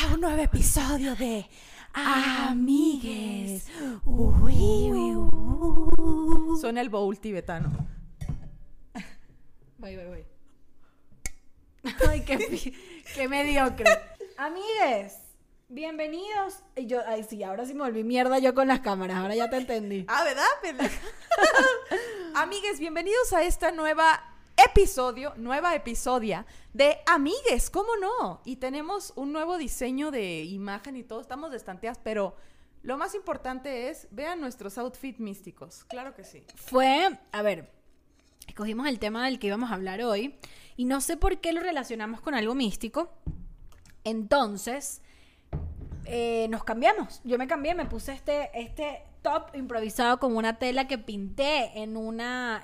a un nuevo episodio de Amigues. Suena el bowl tibetano. Voy. Ay, qué mediocre. Amigues, bienvenidos. Y yo, sí, ahora sí me volví mierda yo con las cámaras, ahora ya te entendí. Ah, ¿verdad? Amigues, bienvenidos a esta nueva episodia de Amigues, ¿cómo no? Y tenemos un nuevo diseño de imagen y todo, estamos de estanteas, pero lo más importante es, vean nuestros outfits místicos, claro que sí. Escogimos el tema del que íbamos a hablar hoy y no sé por qué lo relacionamos con algo místico, entonces nos cambiamos. Yo me cambié, me puse este top improvisado con una tela que pinté en una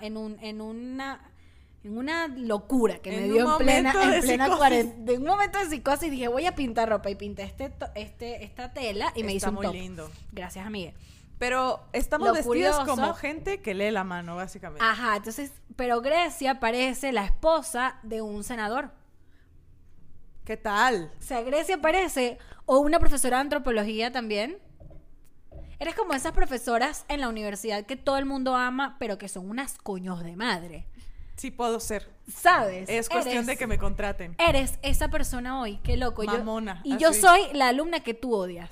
locura que me dio en plena cuarentena. En un momento de psicosis dije, voy a pintar ropa y pinté esta tela y me hizo un top. Está muy lindo. Gracias, amiga. Pero estamos Lo vestidos curioso, como gente que lee la mano, básicamente. Ajá, entonces, pero Grecia parece la esposa de un senador. ¿Qué tal? O sea, Grecia parece, o una profesora de antropología también. Eres como esas profesoras en la universidad que todo el mundo ama, pero que son unas coños de madre. Sí puedo ser. ¿Sabes? Es cuestión de que me contraten. Eres esa persona hoy, qué loco. Mamona. Yo soy la alumna que tú odias.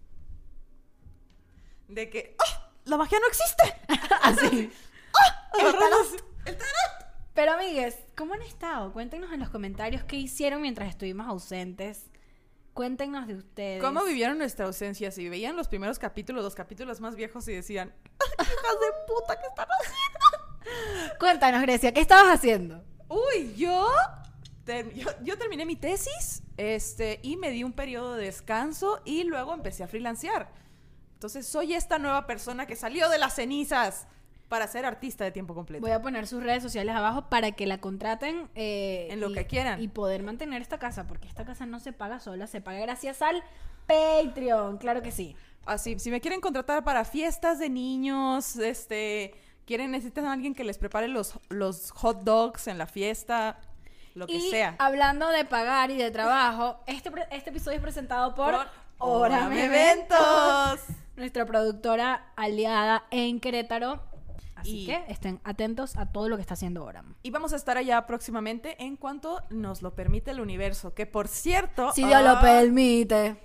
De que, la magia no existe. Así. El tarot. tarot. Pero amigues, ¿cómo han estado? Cuéntenos en los comentarios qué hicieron mientras estuvimos ausentes. Cuéntenos de ustedes. ¿Cómo vivieron nuestra ausencia? Si veían los primeros capítulos, los capítulos más viejos y decían, ¡hijas de puta, qué están haciendo! Cuéntanos, Grecia, ¿qué estabas haciendo? Uy, yo terminé mi tesis y me di un periodo de descanso y luego empecé a freelancear. Entonces soy esta nueva persona que salió de las cenizas para ser artista de tiempo completo. Voy a poner sus redes sociales abajo para que la contraten en lo que quieran. Y poder mantener esta casa, porque esta casa no se paga sola, se paga gracias al Patreon, claro que sí. Así, si me quieren contratar para fiestas de niños, necesitan a alguien que les prepare los hot dogs en la fiesta, lo que sea. Hablando de pagar y de trabajo, este episodio es presentado por Órame Eventos, nuestra productora aliada en Querétaro. Así y que estén atentos a todo lo que está haciendo Oram. Y vamos a estar allá próximamente en cuanto nos lo permite el universo. Que por cierto... Si Dios lo permite.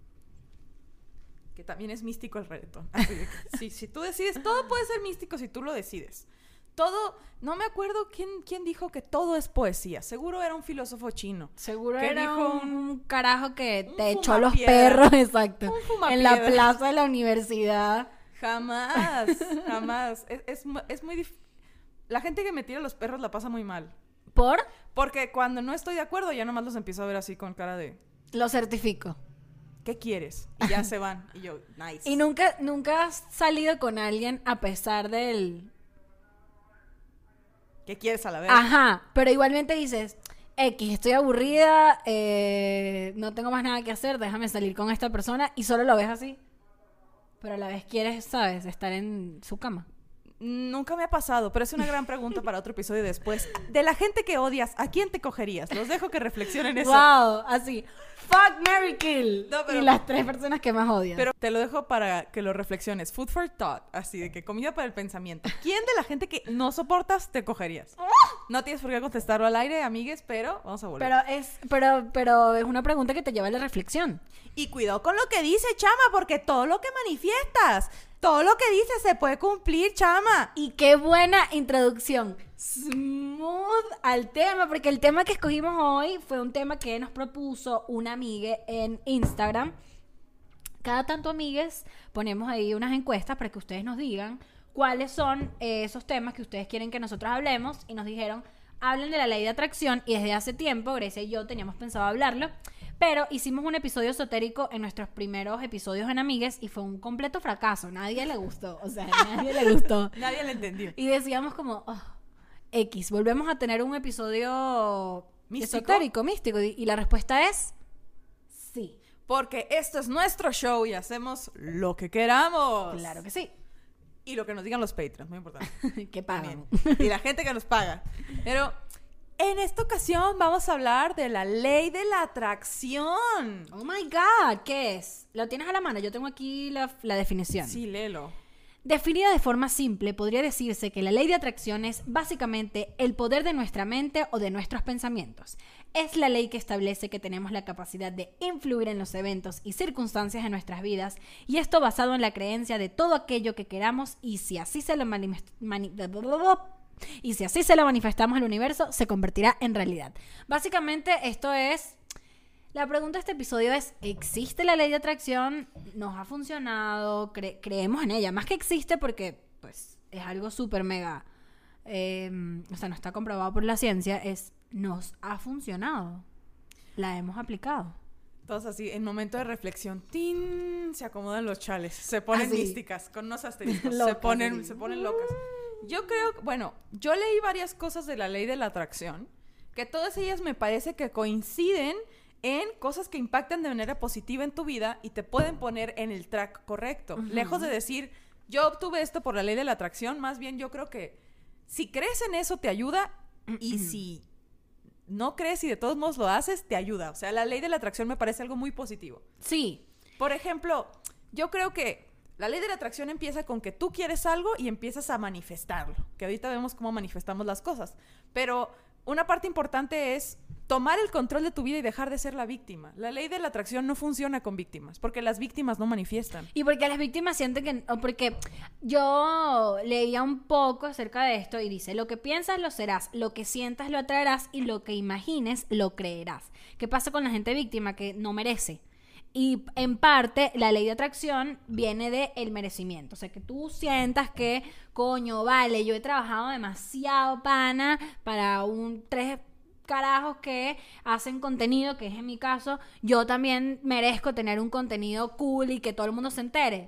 Que también es místico el reggaetón. Así de que, si tú decides, todo puede ser místico si tú lo decides. Todo, no me acuerdo quién dijo que todo es poesía. Seguro era un filósofo chino. Seguro que era dijo un carajo que un te echó los fumapiedra. perros, exacto. Un En fumapiedra. la plaza de la universidad. Jamás. Es muy difícil. La gente que me tira los perros la pasa muy mal. ¿Por? Porque cuando no estoy de acuerdo, ya nomás los empiezo a ver así con cara de... Lo certifico. ¿Qué quieres? Y ya se van. Y yo, nice. ¿Y nunca has salido con alguien a pesar del... ¿Qué quieres a la vez? Ajá, pero igualmente dices, estoy aburrida, no tengo más nada que hacer, déjame salir con esta persona y solo lo ves así? Pero a la vez quieres, ¿sabes? Estar en su cama. Nunca me ha pasado, pero es una gran pregunta para otro episodio después. De la gente que odias, ¿a quién te cogerías? Los dejo que reflexionen eso. ¡Wow! Así. Fuck, marry, kill. No, pero- Y las 3 personas que más odian. Pero te lo dejo para que lo reflexiones. Food for thought, así de que comida para el pensamiento. ¿Quién de la gente que no soportas te cogerías? No tienes por qué contestarlo al aire, amigues, pero vamos a volver. Pero es una pregunta que te lleva a la reflexión. Y cuidado con lo que dice, chama, porque todo lo que manifiestas, todo lo que dices se puede cumplir, chama. Y qué buena introducción. Smooth al tema, porque el tema que escogimos hoy fue un tema que nos propuso una amiga en Instagram. Cada tanto, amigues, ponemos ahí unas encuestas para que ustedes nos digan cuáles son esos temas que ustedes quieren que nosotros hablemos. Y nos dijeron, hablen de la ley de atracción. Y desde hace tiempo, Grecia y yo teníamos pensado hablarlo. Pero hicimos un episodio esotérico en nuestros primeros episodios en Amigues y fue un completo fracaso. Nadie le gustó. O sea, nadie le gustó. Nadie le entendió. Y decíamos como, volvemos a tener un episodio ¿Místico? esotérico, místico. Y la respuesta es sí. Porque esto es nuestro show y hacemos lo que queramos. Claro que sí. Y lo que nos digan los Patreons, muy importante. Que pagan. También. Y la gente que nos paga. Pero En esta ocasión vamos a hablar de la ley de la atracción. Oh my God, ¿qué es? ¿Lo tienes a la mano? Yo tengo aquí la definición. Sí, léelo. Definida de forma simple, podría decirse que la ley de atracción es básicamente el poder de nuestra mente o de nuestros pensamientos. Es la ley que establece que tenemos la capacidad de influir en los eventos y circunstancias de nuestras vidas, y esto basado en la creencia de todo aquello que queramos, y si así se lo manifestamos al universo, se convertirá en realidad. Básicamente esto es... La pregunta de este episodio es, ¿existe la ley de atracción? ¿Nos ha funcionado? ¿Creemos en ella? Más que existe porque pues es algo súper mega... o sea, no está comprobado por la ciencia. ¿Nos ha funcionado? ¿La hemos aplicado? Todos así, en momento de reflexión, ¡tin! Se acomodan los chales, se ponen así. Místicas, con unos asteriscos, Locas, se ponen locas. Yo creo, bueno, yo leí varias cosas de la ley de la atracción, que todas ellas me parece que coinciden en cosas que impactan de manera positiva en tu vida y te pueden poner en el track correcto. Uh-huh. Lejos de decir, yo obtuve esto por la ley de la atracción, más bien yo creo que si crees en eso te ayuda, y si no crees y de todos modos lo haces, te ayuda. O sea, la ley de la atracción me parece algo muy positivo. Sí. Por ejemplo, yo creo que la ley de la atracción empieza con que tú quieres algo y empiezas a manifestarlo. Que ahorita vemos cómo manifestamos las cosas. Pero una parte importante es tomar el control de tu vida y dejar de ser la víctima. La ley de la atracción no funciona con víctimas, porque las víctimas no manifiestan. Y porque las víctimas sienten que... Porque yo leía un poco acerca de esto y dice, lo que piensas lo serás, lo que sientas lo atraerás y lo que imagines lo creerás. ¿Qué pasa con la gente víctima que no merece? Y en parte la ley de atracción viene del merecimiento. O sea, que tú sientas que, coño, vale, yo he trabajado demasiado pana para tres carajos que hacen contenido, que es en mi caso, yo también merezco tener un contenido cool y que todo el mundo se entere.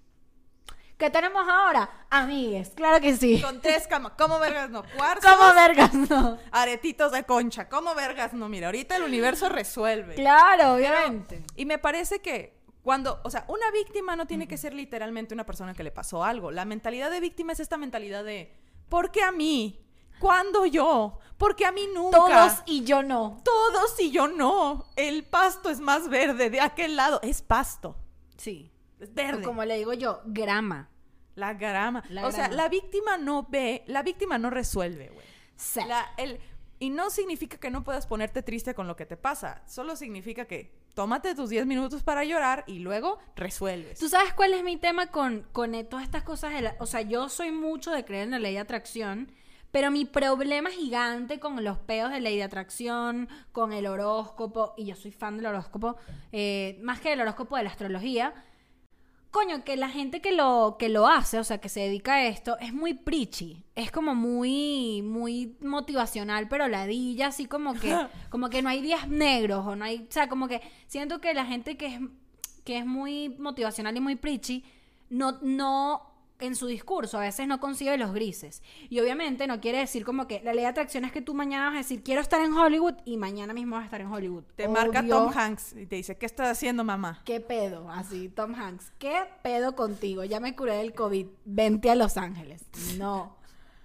¿Qué tenemos ahora? Amigues, claro que sí. Con 3 camas, ¿cómo vergas no? Cuarzos. ¿Cómo vergas no? Aretitos de concha, ¿cómo vergas no? Mira, ahorita el universo resuelve. Claro, obviamente. Y me parece que cuando, o sea, una víctima no tiene que ser literalmente una persona que le pasó algo. La mentalidad de víctima es esta mentalidad de, ¿por qué a mí? ¿Cuándo yo? ¿Por qué a mí nunca? Todos y yo no. Todos y yo no. El pasto es más verde de aquel lado. Es pasto. Sí. Es verde. O como le digo yo, grama. La grama. O sea, la víctima no ve, la víctima no resuelve, güey. Sí. Y no significa que no puedas ponerte triste con lo que te pasa. Solo significa que tómate tus 10 minutos para llorar y luego resuelves. ¿Tú sabes cuál es mi tema con todas estas cosas? O sea, yo soy mucho de creer en la ley de atracción, pero mi problema gigante con los peos de ley de atracción, con el horóscopo, y yo soy fan del horóscopo, más que del horóscopo, de la astrología, coño, que la gente que lo hace, o sea, que se dedica a esto, es muy preachy. Es como muy, muy motivacional, pero ladilla, así como que no hay días negros, o no hay... O sea, como que siento que la gente que es muy motivacional y muy preachy, no en su discurso a veces no concibe los grises. Y obviamente no quiere decir como que la ley de atracción es que tú mañana vas a decir, quiero estar en Hollywood, y mañana mismo vas a estar en Hollywood. Te marca Tom Hanks y te dice, ¿qué estás haciendo, mamá? ¿Qué pedo? Así, Tom Hanks, ¿qué pedo contigo? Ya me curé del COVID, vente a Los Ángeles. No.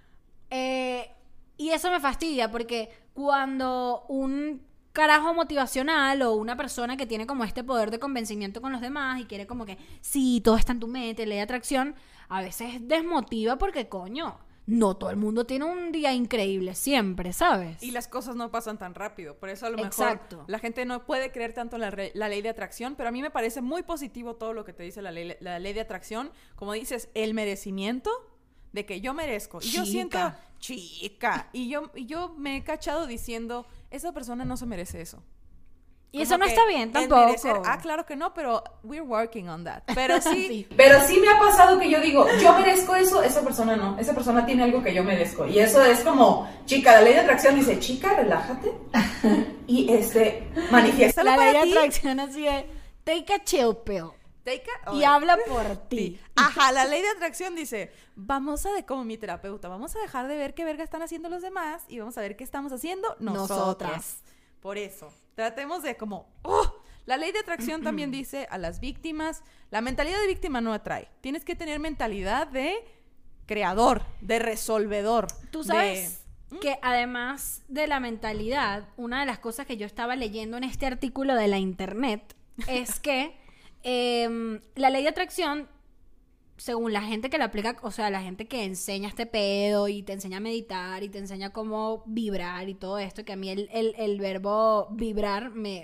Y eso me fastidia porque cuando un carajo motivacional o una persona que tiene como este poder de convencimiento con los demás y quiere como que, sí, todo está en tu mente, ley de atracción, a veces desmotiva porque, coño, no todo el mundo tiene un día increíble siempre, ¿sabes? Y las cosas no pasan tan rápido. Por eso a lo Exacto. mejor la gente no puede creer tanto en la ley de atracción, pero a mí me parece muy positivo todo lo que te dice la ley de atracción. Como dices, el merecimiento de que yo merezco. Y yo siento, chica, y yo me he cachado diciendo, esa persona no se merece eso. Y como eso no está bien tampoco. Claro que no, pero we're working on that. Pero sí, Sí. Pero sí me ha pasado que yo digo, yo merezco eso, esa persona no. Esa persona tiene algo que yo merezco. Y eso es como, chica, la ley de atracción dice, chica, relájate. Y manifiéstalo La para ley de ti. atracción así de, take a chill pill. Y Oye, habla por ti. sí. Ajá, la ley de atracción dice, como mi terapeuta, vamos a dejar de ver qué verga están haciendo los demás y vamos a ver qué estamos haciendo nosotras. Por eso, tratemos de la ley de atracción también dice a las víctimas, la mentalidad de víctima no atrae. Tienes que tener mentalidad de creador, de resolvedor. ¿Tú sabes que además de la mentalidad, una de las cosas que yo estaba leyendo en este artículo de la internet es que la ley de atracción, según la gente que la aplica, o sea, la gente que enseña este pedo y te enseña a meditar y te enseña cómo vibrar y todo esto, que a mí el verbo vibrar me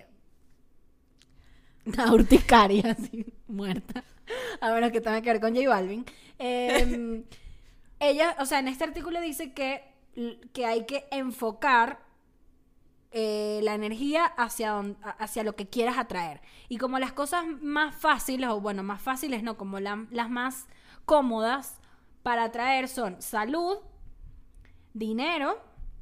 da urticaria, así, muerta. A menos que tenga que ver con J Balvin. Ella, o sea, en este artículo dice que hay que enfocar la energía hacia lo que quieras atraer. Y como las cosas más fáciles, o bueno, más fáciles no, como las más cómodas para atraer son salud, dinero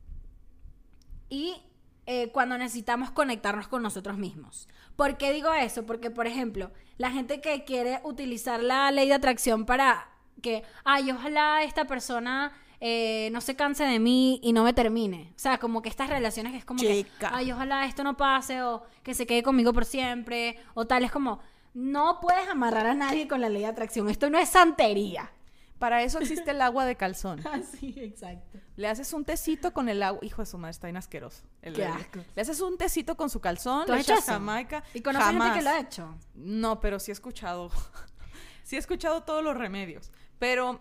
y cuando necesitamos conectarnos con nosotros mismos. ¿Por qué digo eso? Porque, por ejemplo, la gente que quiere utilizar la ley de atracción para que, ojalá esta persona no se canse de mí y no me termine. O sea, como que estas relaciones que es como Chica. que, ojalá esto no pase, o que se quede conmigo por siempre, o tal. Es como, no puedes amarrar a nadie con la ley de atracción. Esto no es santería. Para eso existe el agua de calzón. Sí, exacto. Le haces un tecito con el agua. Hijo de su madre, está bien asqueroso. Qué asco. Le haces un tecito con su calzón, ¿Tú le has hecho echas eso? jamaica. ¿Y conoces gente Jamás. que lo ha hecho? No, pero sí he escuchado. Sí he escuchado todos los remedios. Pero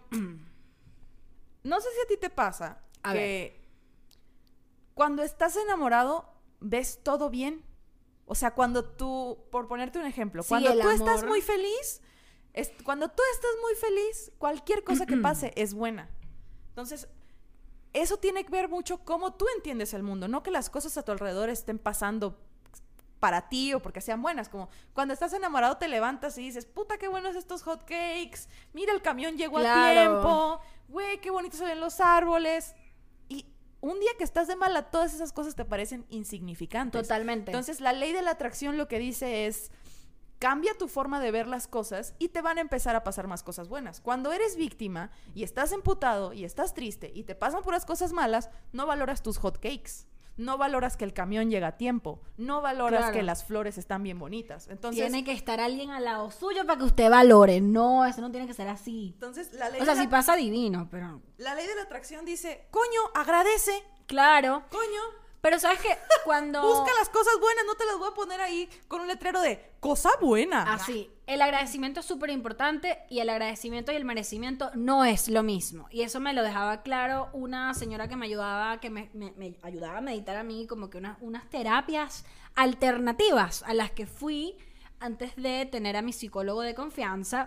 no sé si a ti te pasa A que cuando estás enamorado ves todo bien. O sea, cuando tú, por ponerte un ejemplo, Sí, cuando el tú estás amor. muy feliz, cuando tú estás muy feliz, cualquier cosa que pase es buena. Entonces, eso tiene que ver mucho cómo tú entiendes el mundo, no que las cosas a tu alrededor estén pasando para ti o porque sean buenas. Como cuando estás enamorado te levantas y dices, puta, qué buenos estos hot cakes, mira, el camión llegó a Claro. tiempo, güey, qué bonitos se ven los árboles. Y un día que estás de mala, todas esas cosas te parecen insignificantes. Totalmente. Entonces, la ley de la atracción lo que dice es, cambia tu forma de ver las cosas y te van a empezar a pasar más cosas buenas. Cuando eres víctima y estás emputado y estás triste y te pasan puras cosas malas, no valoras tus hot cakes. No valoras que el camión llega a tiempo. No valoras Claro. que las flores están bien bonitas. Entonces, Tiene que estar alguien al lado suyo para que usted valore. No, eso no tiene que ser así. la ley, O sea, si pasa divino, pero... la ley de la atracción dice, coño, agradece, Claro. coño. Pero ¿sabes qué? Cuando... Busca las cosas buenas, no te las voy a poner ahí con un letrero de cosa buena. Así, el agradecimiento es súper importante y el agradecimiento y el merecimiento no es lo mismo. Y eso me lo dejaba claro una señora que me ayudaba, que me ayudaba a meditar a mí, como que unas terapias alternativas a las que fui antes de tener a mi psicólogo de confianza.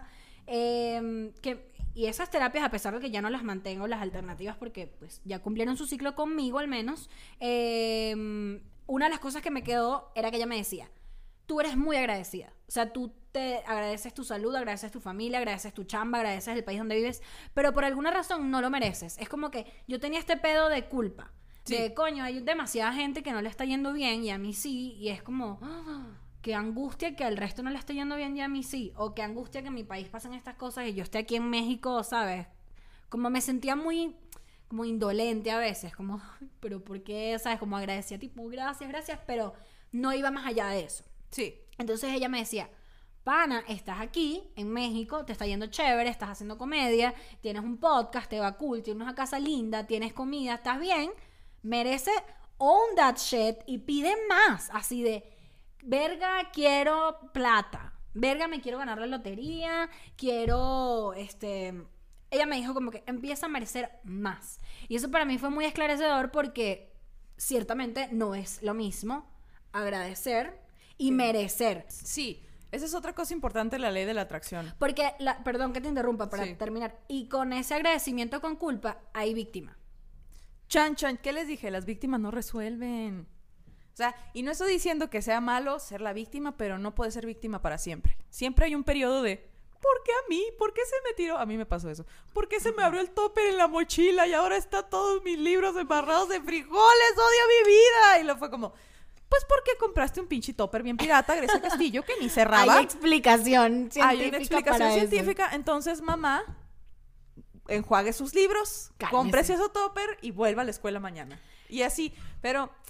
Y esas terapias, a pesar de que ya no las mantengo, las alternativas, porque pues ya cumplieron su ciclo conmigo al menos, una de las cosas que me quedó era que ella me decía, tú eres muy agradecida. O sea, tú te agradeces tu salud, agradeces tu familia, agradeces tu chamba, agradeces el país donde vives, pero por alguna razón no lo mereces. Es como que yo tenía este pedo de culpa. Sí. De, coño, hay demasiada gente que no le está yendo bien y a mí sí, y es como... qué angustia que al resto no le esté yendo bien y a mí sí. O qué angustia que en mi país pasen estas cosas y yo esté aquí en México, ¿sabes? Como me sentía muy como indolente a veces. Como, pero ¿por qué? ¿Sabes? Como agradecía, tipo, gracias, pero no iba más allá de eso. Sí. Entonces ella me decía, pana, estás aquí en México, te está yendo chévere, estás haciendo comedia, tienes un podcast, te va cool, tienes una casa linda, tienes comida, estás bien, merece own that shit y pide más. Así de... verga, quiero plata. Verga, me quiero ganar la lotería. Quiero, Ella me dijo como que empieza a merecer más. Y eso para mí fue muy esclarecedor porque ciertamente no es lo mismo agradecer y merecer. Sí, esa es otra cosa importante de la ley de la atracción. Porque, perdón que te interrumpa para Sí. terminar. Y con ese agradecimiento con culpa hay víctima. Chan, ¿qué les dije? Las víctimas no resuelven. O sea, y no estoy diciendo que sea malo ser la víctima, pero no puede ser víctima para siempre. Siempre hay un periodo de, ¿por qué a mí? ¿Por qué se me tiró? A mí me pasó eso. ¿Por qué se me abrió el topper en la mochila y ahora está todos mis libros embarrados de frijoles? ¡Odio mi vida! Y lo fue como, pues porque compraste un pinche topper bien pirata, Grecia Castillo, que ni cerraba. Hay explicación científica. Hay una explicación para eso. científica. Entonces, mamá, enjuague sus libros, Cálmese. cómprese su topper y vuelva a la escuela mañana. Y así, pero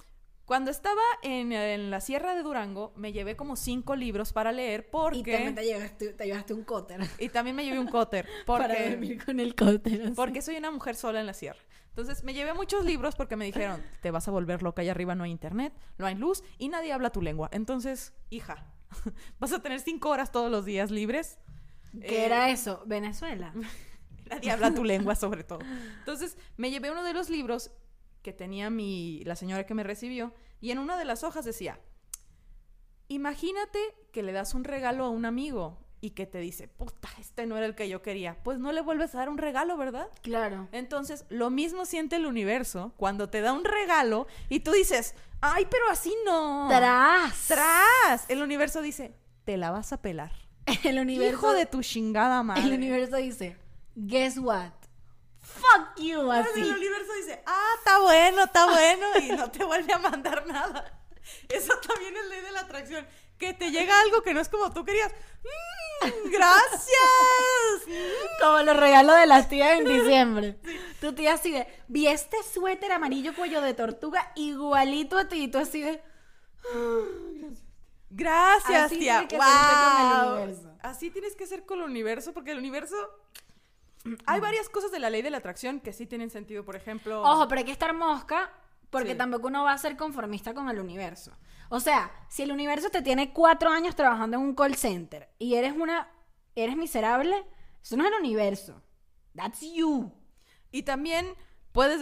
Cuando estaba en la Sierra de Durango, me llevé como 5 libros para leer porque... Y también te llevaste un cóter. Y también me llevé un cóter. Para dormir con el cóter. Así. Porque soy una mujer sola en la sierra. Entonces me llevé muchos libros porque me dijeron, te vas a volver loca, allá arriba no hay internet, no hay luz y nadie habla tu lengua. Entonces, hija, vas a tener 5 horas todos los días libres. ¿Qué era eso? Venezuela. Nadie habla tu lengua, sobre todo. Entonces, me llevé uno de los libros que tenía la señora que me recibió, y en una de las hojas decía, imagínate que le das un regalo a un amigo y que te dice, puta, este no era el que yo quería. Pues no le vuelves a dar un regalo, ¿verdad? Claro. Entonces, lo mismo siente el universo cuando te da un regalo y tú dices, ay, pero así no. ¡Tras! El universo dice, te la vas a pelar. El universo... Hijo de tu chingada madre. El universo dice, guess what? Fuck you, así. El universo dice, está bueno, y no te vuelve a mandar nada. Eso también es ley de la atracción. Que te llega algo que no es como tú querías. ¡Gracias! Como los regalos de las tías en diciembre. Sí. Tu tía así de, vi este suéter amarillo cuello de tortuga igualito a ti. Y tú así de... Gracias, así tía. Con el universo. Así tienes que ser con el universo, porque el universo... Hay varias cosas de la ley de la atracción que sí tienen sentido, por ejemplo... Ojo, pero hay que estar mosca, porque sí. Tampoco uno va a ser conformista con el universo. O sea, si el universo te tiene 4 años trabajando en un call center y eres miserable, eso no es el universo. That's you. Y también puedes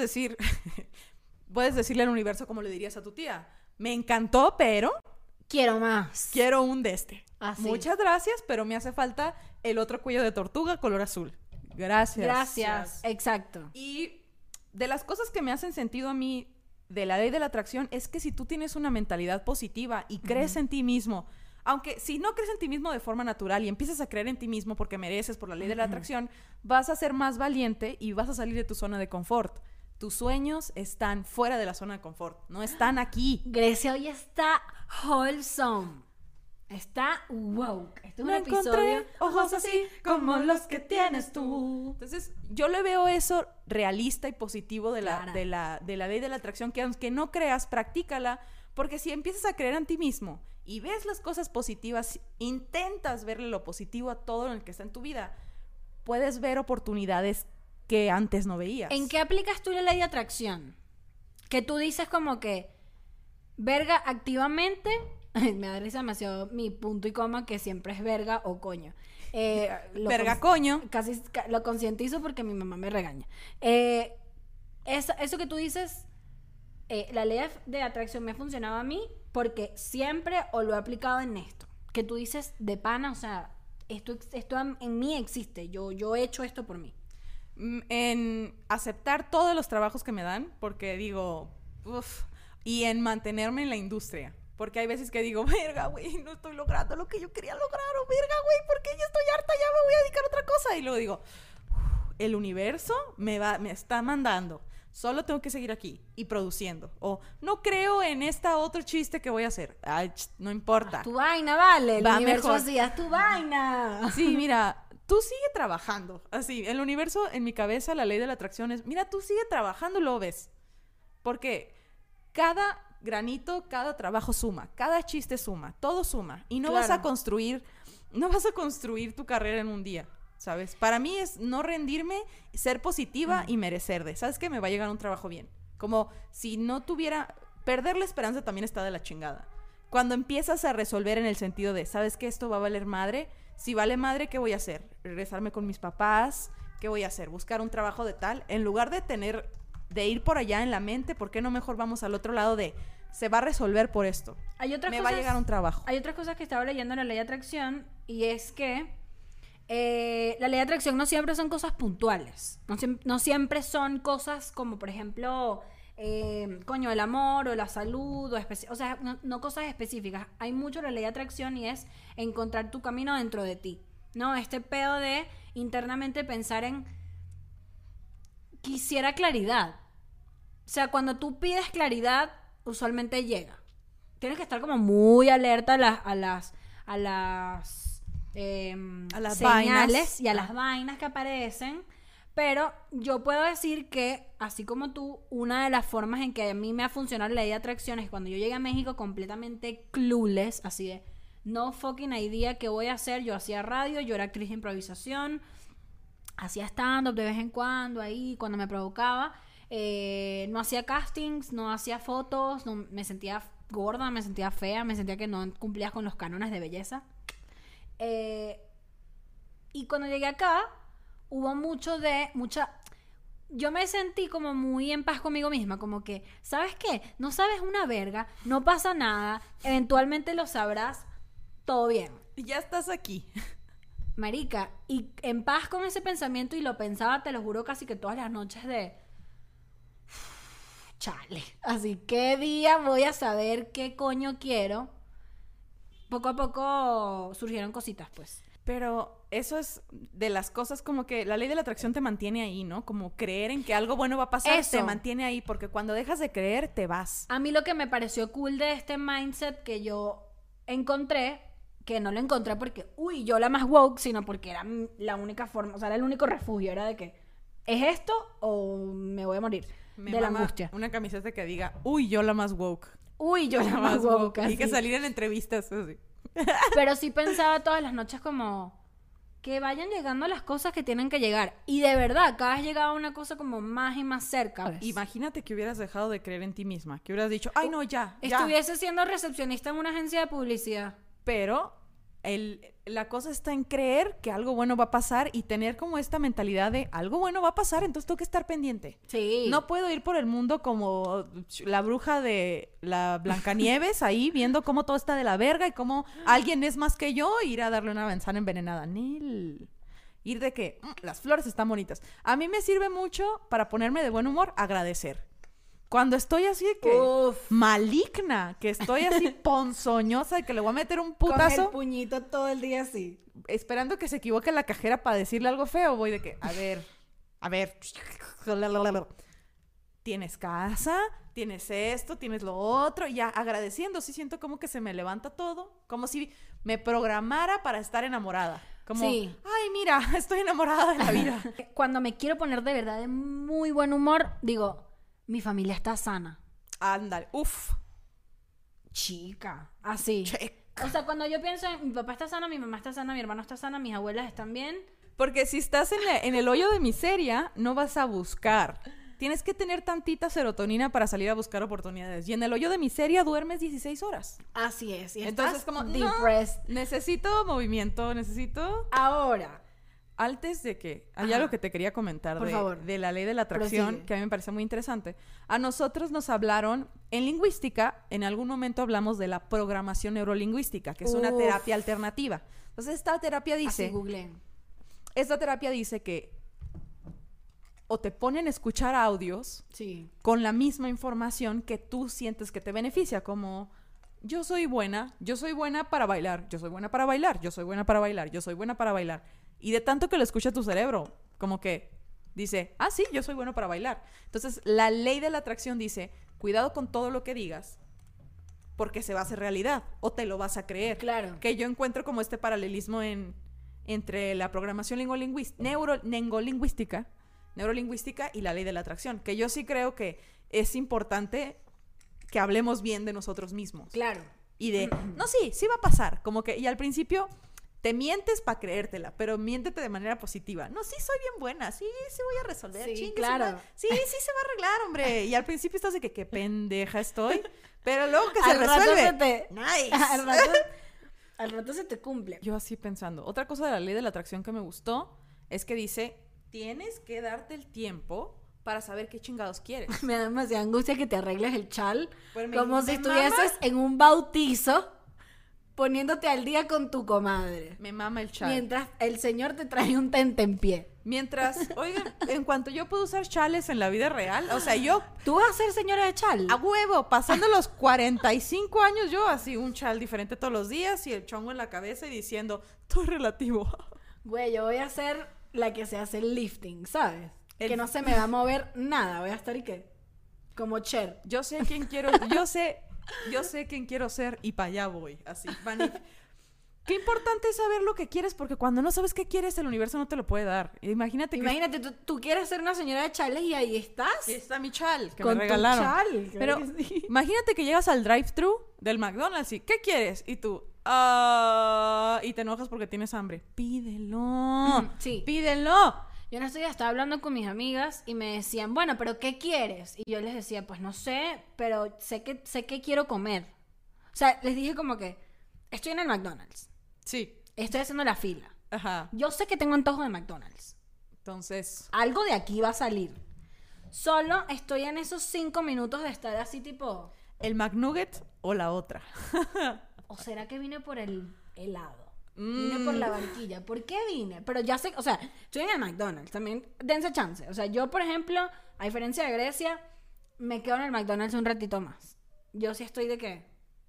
decirle al universo como le dirías a tu tía. Me encantó, pero... Quiero más. Quiero un de este. Así. Muchas gracias, pero me hace falta el otro cuello de tortuga color azul. Gracias. Exacto. Y de las cosas que me hacen sentido a mí de la ley de la atracción es que si tú tienes una mentalidad positiva y crees en ti mismo, aunque si no crees en ti mismo de forma natural y empiezas a creer en ti mismo porque mereces por la ley de la atracción, vas a ser más valiente y vas a salir de tu zona de confort. Tus sueños están fuera de la zona de confort, no están aquí. Grecia hoy está wholesome. Está woke. Este es un episodio. Encontré ojos así como los que tienes tú. Entonces, yo le veo eso realista y positivo de la ley de la atracción, que aunque no creas, practícala, porque si empiezas a creer en ti mismo y ves las cosas positivas, intentas verle lo positivo a todo lo que está en tu vida, puedes ver oportunidades que antes no veías. ¿En qué aplicas tú la ley de atracción? Que tú dices como que, verga, activamente... Me da risa demasiado mi punto y coma, que siempre es verga o coño. Verga coño. Casi lo concientizo porque mi mamá me regaña. Eso que tú dices, la ley de atracción me ha funcionado a mí porque siempre o lo he aplicado en esto. Que tú dices de pana, o sea, esto en mí existe. Yo he hecho esto por mí. En aceptar todos los trabajos que me dan, porque digo, y en mantenerme en la industria. Porque hay veces que digo, verga, güey, no estoy logrando lo que yo quería lograr. O verga, güey, ¿por qué ya estoy harta? Ya me voy a dedicar a otra cosa. Y luego digo, el universo me está mandando. Solo tengo que seguir aquí y produciendo. O no creo en esta otro chiste que voy a hacer. Ay, no importa. Haz tu vaina, vale. El Va universo mejor. así, haz tu vaina. Sí, mira, tú sigue trabajando. Así, el universo, en mi cabeza, la ley de la atracción es, mira, tú sigue trabajando y lo ves. Porque cada granito, cada trabajo suma, cada chiste suma, todo suma. Y no vas a construir tu carrera en un día, ¿sabes? Para mí es no rendirme, ser positiva y merecer de, ¿sabes qué? Me va a llegar un trabajo bien. Como si no tuviera... Perder la esperanza también está de la chingada. Cuando empiezas a resolver en el sentido de, ¿sabes qué? Esto va a valer madre. Si vale madre, ¿qué voy a hacer? ¿Regresarme con mis papás? ¿Qué voy a hacer? ¿Buscar un trabajo de tal? En lugar de ir por allá en la mente, ¿por qué no mejor vamos al otro lado de... Se va a resolver por esto. Va a llegar un trabajo. Hay otras cosas que estaba leyendo en la ley de atracción, y es que la ley de atracción no siempre son cosas puntuales. No siempre son cosas como, por ejemplo, el amor o la salud, o sea, no cosas específicas. Hay mucho la ley de atracción y es encontrar tu camino dentro de ti, ¿no? Este pedo de internamente pensar en quisiera claridad. O sea, cuando tú pides claridad, usualmente llega. Tienes que estar como muy alerta a las señales vainas y a las vainas que aparecen, Pero yo puedo decir que, así como tú, una de las formas en que a mí me ha funcionado la ley de atracción es cuando yo llegué a México completamente clueless, así de no fucking idea qué voy a hacer. Yo hacía radio, yo era actriz de improvisación, hacía stand-up de vez en cuando ahí, cuando me provocaba. No hacía castings, no hacía fotos, no, me sentía gorda, me sentía fea, me sentía que no cumplías con los cánones de belleza. Y cuando llegué acá, hubo yo me sentí como muy en paz conmigo misma, como que, ¿sabes qué? No sabes una verga, no pasa nada, eventualmente lo sabrás, todo bien. Ya estás aquí. Marica, y en paz con ese pensamiento, y lo pensaba, te lo juro, casi que todas las noches de... Chale, así, ¿qué día voy a saber qué coño quiero? Poco a poco surgieron cositas, pues. Pero eso es de las cosas como que la ley de la atracción te mantiene ahí, ¿no? Como creer en que algo bueno va a pasar, Eso te mantiene ahí, porque cuando dejas de creer, te vas. A mí lo que me pareció cool de este mindset que yo encontré, que no lo encontré porque, yo la más woke, sino porque era la única forma, o sea, era el único refugio, era de que, ¿es esto o me voy a morir? De la angustia. Una camiseta que diga, yo la más woke. Yo la más woke. Y que salir en entrevistas así. Pero sí pensaba todas las noches como que vayan llegando las cosas que tienen que llegar. Y de verdad, cada vez llegaba una cosa como más y más cerca. ¿Ves? Imagínate que hubieras dejado de creer en ti misma. Que hubieras dicho, no, ya. Estuviese siendo recepcionista en una agencia de publicidad. Pero la cosa está en creer que algo bueno va a pasar y tener como esta mentalidad de algo bueno va a pasar, entonces tengo que estar pendiente. Sí. No puedo ir por el mundo como la bruja de la Blancanieves ahí viendo cómo todo está de la verga y cómo alguien es más que yo e ir a darle una manzana envenenada. Nel. Ir de que las flores están bonitas. A mí me sirve mucho para ponerme de buen humor, agradecer. Cuando estoy así de que maligna, que estoy así ponzoñosa, que le voy a meter un putazo. Con el puñito todo el día así. Esperando que se equivoque la cajera para decirle algo feo, voy de que, a ver. Tienes casa, tienes esto, tienes lo otro, y ya agradeciendo, sí siento como que se me levanta todo, como si me programara para estar enamorada. Como, ay, mira, estoy enamorada de la vida. Cuando me quiero poner de verdad de muy buen humor, digo, mi familia está sana. Ándale, Chica, así. O sea, cuando yo pienso en mi papá está sano, mi mamá está sana, mi hermano está sana, mis abuelas están bien. Porque si estás en el hoyo de miseria, no vas a buscar. Tienes que tener tantita serotonina para salir a buscar oportunidades. Y en el hoyo de miseria duermes 16 horas. Así es. Y entonces como, depressed. Necesito movimiento, Ahora. Antes de que... Hay algo que te quería comentar de la ley de la atracción, que a mí me parece muy interesante. A nosotros nos hablaron... En lingüística, en algún momento hablamos de la programación neurolingüística, que es una terapia alternativa. Entonces, esta terapia dice... Así googleen. Esta terapia dice que o te ponen a escuchar audios con la misma información que tú sientes que te beneficia, como... Yo soy buena para bailar, yo soy buena para bailar, yo soy buena para bailar, yo soy buena para bailar. Y de tanto que lo escucha tu cerebro, como que dice, sí, yo soy bueno para bailar. Entonces, la ley de la atracción dice, cuidado con todo lo que digas, porque se va a hacer realidad, o te lo vas a creer. Claro. Que yo encuentro como este paralelismo entre la programación neurolingüística y la ley de la atracción, que yo sí creo que es importante que hablemos bien de nosotros mismos. Claro. Y de, no, sí va a pasar, como que, y al principio... Te mientes para creértela, pero miéntete de manera positiva. No, sí soy bien buena, sí voy a resolver. Sí, claro. Sí se va a arreglar, hombre. Y al principio estás de que qué pendeja estoy, pero luego que se resuelve. Nice. Al rato se te cumple. Yo así pensando. Otra cosa de la ley de la atracción que me gustó es que dice, tienes que darte el tiempo para saber qué chingados quieres. Me da demasiada angustia que te arregles el chal, pues como si estuvieses en un bautizo poniéndote al día con tu comadre. Me mama el chal. Mientras el señor te trae un tentempié. Oigan, en cuanto yo puedo usar chales en la vida real, o sea, yo... ¿Tú vas a ser señora de chal? A huevo, pasando los 45 años yo así un chal diferente todos los días y el chongo en la cabeza y diciendo, todo es relativo. Güey, yo voy a ser la que se hace el lifting, ¿sabes? Que no se me va a mover nada, voy a estar como Cher. Yo sé quién quiero ser y para allá voy, así. Qué importante es saber lo que quieres, porque cuando no sabes qué quieres, el universo no te lo puede dar. Imagínate tú quieres ser una señora de chales y ahí estás. Ahí está mi chal, que Con me regalaron. tu chal, Pero claro que sí. imagínate que llegas al drive-thru del McDonald's y ¿qué quieres? Y tú, y te enojas porque tienes hambre. Pídelo. Sí. Pídelo. Yo no estaba hablando con mis amigas y me decían, bueno, pero ¿qué quieres? Y yo les decía, pues no sé, pero sé que quiero comer. O sea, les dije como que estoy en el McDonald's. Sí. Estoy haciendo la fila. Ajá. Yo sé que tengo antojo de McDonald's. Entonces, Algo de aquí va a salir. Solo estoy en esos 5 minutos de estar así tipo... ¿el McNugget o la otra? ¿O será que vine por el helado? Vine por la barquilla. ¿Por qué vine? Pero ya sé, o sea, estoy en el McDonald's. También dense chance. O sea, yo, por ejemplo, a diferencia de Grecia, me quedo en el McDonald's un ratito más. Yo sí estoy de que...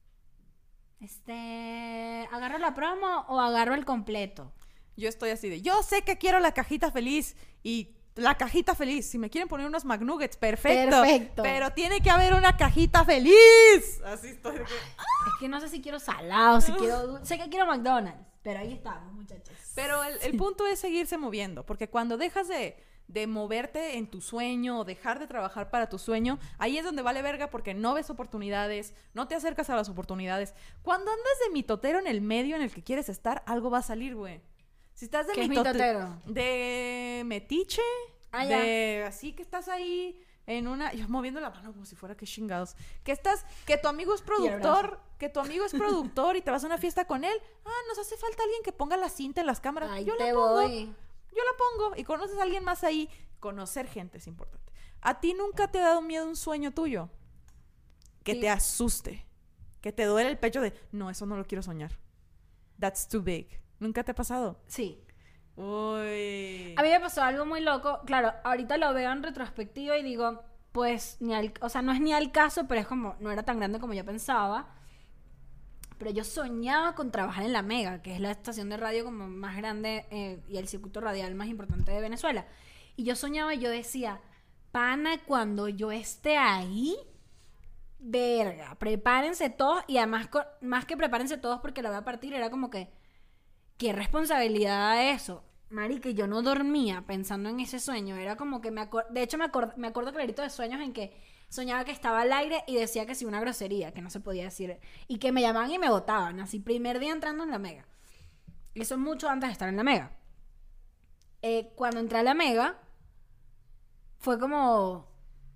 ¿agarro la promo o agarro el completo? Yo estoy así de, yo sé que quiero la cajita feliz y la cajita feliz. Si me quieren poner unos McNuggets, perfecto. Perfecto. Pero tiene que haber una cajita feliz. Así estoy de que... Es que no sé si quiero salado, si quiero dulce. Sé que quiero McDonald's, pero ahí estamos, muchachos. Pero el punto es seguirse moviendo, porque cuando dejas de moverte en tu sueño o dejar de trabajar para tu sueño, ahí es donde vale verga porque no ves oportunidades, no te acercas a las oportunidades. Cuando andas de mitotero en el medio en el que quieres estar, algo va a salir, güey. Si estás de ¿Qué es mitotero? De metiche, ya. de así que estás ahí en una, yo moviendo la mano como si fuera que chingados, que tu amigo es productor, y te vas a una fiesta con él, nos hace falta alguien que ponga la cinta en las cámaras, Ahí yo te la pongo. voy. Yo la pongo y conoces a alguien más ahí. Conocer gente es importante. ¿A ti nunca te ha dado miedo un sueño tuyo? Que Sí. te asuste. Que te duele el pecho de, no, eso no lo quiero soñar. That's too big. ¿Nunca te ha pasado? Sí. Uy. A mí me pasó algo muy loco. Claro, ahorita lo veo en retrospectiva y digo, pues, o sea, no es ni al caso, pero es como, no era tan grande como yo pensaba. Pero yo soñaba con trabajar en La Mega, que es la estación de radio como más grande y el circuito radial más importante de Venezuela. Y yo soñaba y yo decía, pana, cuando yo esté ahí, verga, prepárense todos. Y además, más que prepárense todos porque la voy a partir, era como que, qué responsabilidad eso. Mari, que yo no dormía pensando en ese sueño. Era como que de hecho me acuerdo clarito de sueños en que soñaba que estaba al aire y decía que sí una grosería, que no se podía decir. Y que me llamaban y me botaban. Así, primer día entrando en La Mega. Eso mucho antes de estar en La Mega. Cuando entré a La Mega, fue como...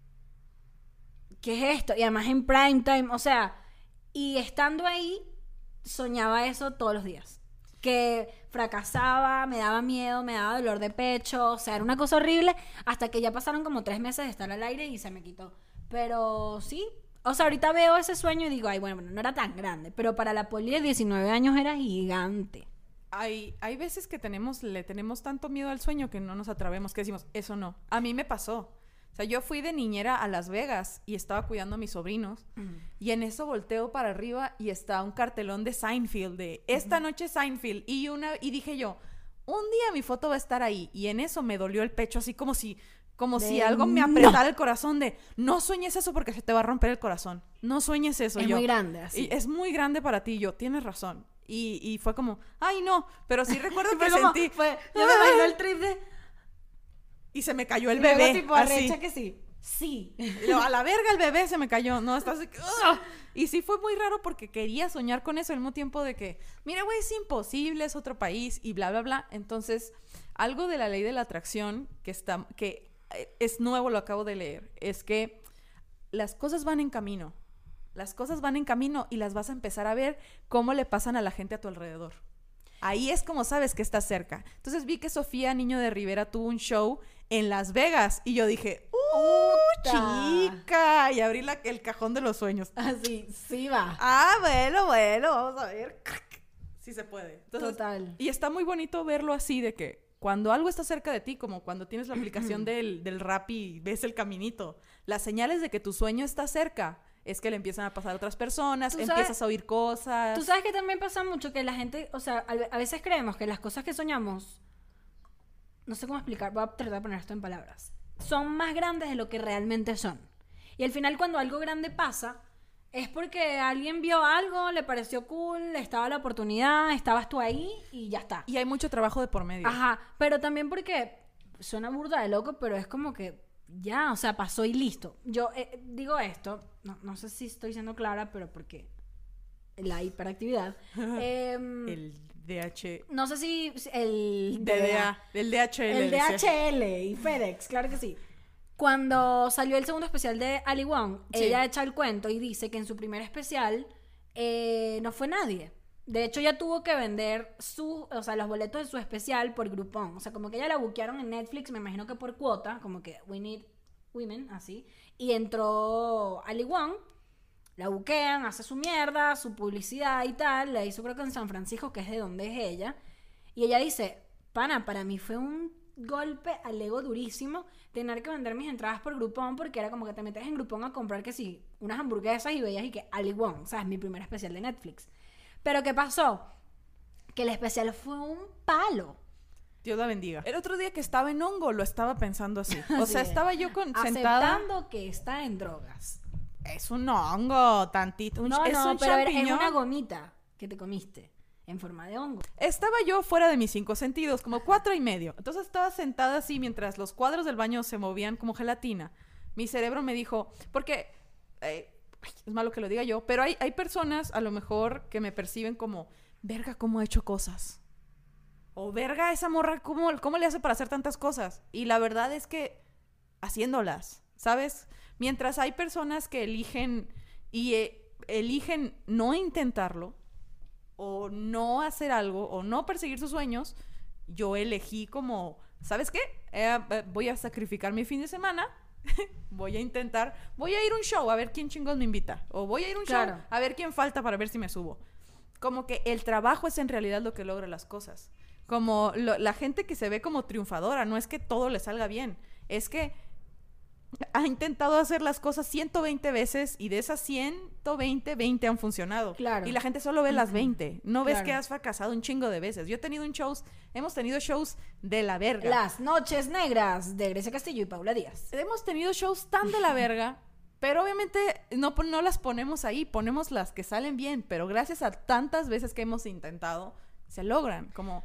¿qué es esto? Y además en prime time, o sea... Y estando ahí, soñaba eso todos los días. Que fracasaba, me daba miedo, me daba dolor de pecho, o sea, era una cosa horrible, hasta que ya pasaron como 3 meses de estar al aire y se me quitó. Pero sí, o sea, ahorita veo ese sueño y digo, ay, bueno, no era tan grande, pero para la poli de 19 años era gigante. Hay veces que le tenemos tanto miedo al sueño que no nos atrevemos, que decimos, eso no. A mí me pasó. O sea, yo fui de niñera a Las Vegas y estaba cuidando a mis sobrinos. Y en eso volteo para arriba y está un cartelón de Seinfeld, de esta noche Seinfeld. Y dije yo, un día mi foto va a estar ahí. Y en eso me dolió el pecho, así como si algo me apretara el corazón de, no sueñes eso porque se te va a romper el corazón. No sueñes eso. Es muy grande, así. Y es muy grande para ti. Yo, tienes razón. Y fue como, ay, no. Pero sí recuerdo que Yo me imagino el trip de... Y se me cayó el y luego bebé. tipo arrecha que sí. Sí. A la verga el bebé se me cayó. No, estás... Y sí fue muy raro porque quería soñar con eso al mismo tiempo de que, mira, güey, es imposible, es otro país y bla, bla, bla. Entonces, algo de la ley de la atracción que es nuevo, lo acabo de leer, es que las cosas van en camino. Las cosas van en camino y las vas a empezar a ver cómo le pasan a la gente a tu alrededor. Ahí es como sabes que estás cerca. Entonces vi que Sofía Niño de Rivera tuvo un show en Las Vegas y yo dije, chica, y abrí el cajón de los sueños. Así, sí va. Bueno, vamos a ver si se puede. Entonces, total. Y está muy bonito verlo así de que cuando algo está cerca de ti, como cuando tienes la aplicación del Rappi y ves el caminito, las señales de que tu sueño está cerca es que le empiezan a pasar a otras personas, empiezas a oír cosas. Tú sabes que también pasa mucho que la gente, o sea, a veces creemos que las cosas que soñamos, no sé cómo explicar, voy a tratar de poner esto en palabras, son más grandes de lo que realmente son. Y al final cuando algo grande pasa, es porque alguien vio algo, le pareció cool, estaba la oportunidad, estabas tú ahí y ya está. Y hay mucho trabajo de por medio. Ajá, pero también porque suena burda de loco, pero es como que ya, o sea, pasó y listo. Yo digo esto, no sé si estoy siendo clara, pero porque la hiperactividad. El DH... No sé si el DDA, el DHL. El decía. DHL y FedEx, claro que sí. Cuando salió el segundo especial de Ali Wong, Sí. ella echa el cuento y dice que en su primer especial no fue nadie. De hecho, ella tuvo que vender los boletos de su especial por Groupon. O sea, como que ella la buquearon en Netflix, me imagino que por cuota, como que We Need Women, así. Y entró Ali Wong, la buquean, hace su mierda, su publicidad y tal. La hizo creo que en San Francisco, que es de donde es ella. Y ella dice, pana, para mí fue un golpe al ego durísimo tener que vender mis entradas por Groupon, porque era como que te metes en Groupon a comprar que sí, unas hamburguesas y veías y que Ali Wong, o sea, es mi primer especial de Netflix. Pero ¿qué pasó? Que el especial fue un palo. Dios la bendiga. El otro día que estaba en hongo lo estaba pensando así. O sea, Así es. estaba yo sentada... Aceptando que está en drogas. Es un hongo, tantito. No, es un pero es champiñón. una gomita que te comiste en forma de hongo. Estaba yo fuera de mis 5 sentidos, como 4.5. Entonces estaba sentada así mientras los cuadros del baño se movían como gelatina. Mi cerebro me dijo, porque es malo que lo diga yo, pero hay personas a lo mejor que me perciben como, verga, ¿cómo ha hecho cosas? O verga, esa morra, ¿cómo le hace para hacer tantas cosas? Y la verdad es que haciéndolas, ¿sabes? Mientras hay personas que eligen no intentarlo, o no hacer algo, o no perseguir sus sueños, yo elegí como, ¿sabes qué? Voy a sacrificar mi fin de semana, voy a ir a un show a ver quién chingos me invita, o voy a ir a un Claro. show a ver quién falta para ver si me subo. Como que el trabajo es en realidad lo que logra las cosas. Como la gente que se ve como triunfadora, no es que todo le salga bien, es que ha intentado hacer las cosas 120 veces y de esas 120, 20 han funcionado. Claro. Y la gente solo ve las 20. No ves Claro. que has fracasado un chingo de veces. Hemos tenido shows de la verga. Las Noches Negras de Grecia Castillo y Paula Díaz. Hemos tenido shows tan de la verga, pero obviamente no las ponemos ahí, ponemos las que salen bien, pero gracias a tantas veces que hemos intentado, se logran. Como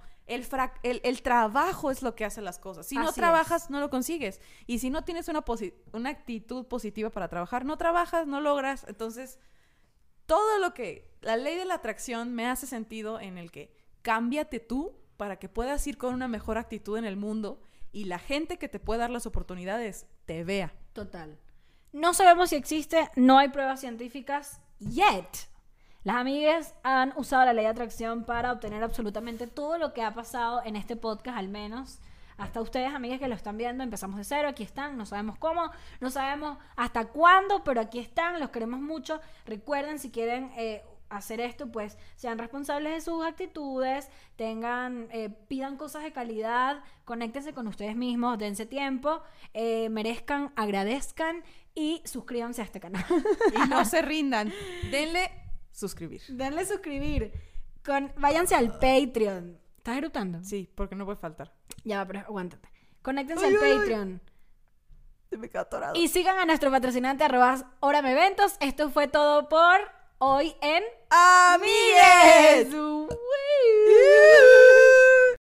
el trabajo es lo que hace las cosas. Si no Así trabajas, no lo consigues. Y si no tienes una actitud positiva para trabajar, no trabajas, no logras. Entonces, todo la ley de la atracción me hace sentido en el que cámbiate tú para que puedas ir con una mejor actitud en el mundo y la gente que te puede dar las oportunidades te vea. Total. No sabemos si existe, no hay pruebas científicas yet. Las amigas han usado la ley de atracción para obtener absolutamente todo lo que ha pasado en este podcast, al menos. Hasta ustedes, amigas que lo están viendo, empezamos de cero, aquí están, no sabemos cómo, no sabemos hasta cuándo, pero aquí están, los queremos mucho. Recuerden, si quieren hacer esto, pues sean responsables de sus actitudes, pidan cosas de calidad, conéctense con ustedes mismos, dense tiempo, merezcan, agradezcan y suscríbanse a este canal. Y no se rindan. Denle suscribir. Denle suscribir. Váyanse al Patreon. ¿Estás eructando? Sí, porque no puede faltar. Ya va, pero aguántate. Conéctense Ay, al ay, Patreon. Se me queda atorado. Y sigan a nuestro patrocinante @OrameEventos. Esto fue todo por hoy en ¡Amigues! Woo.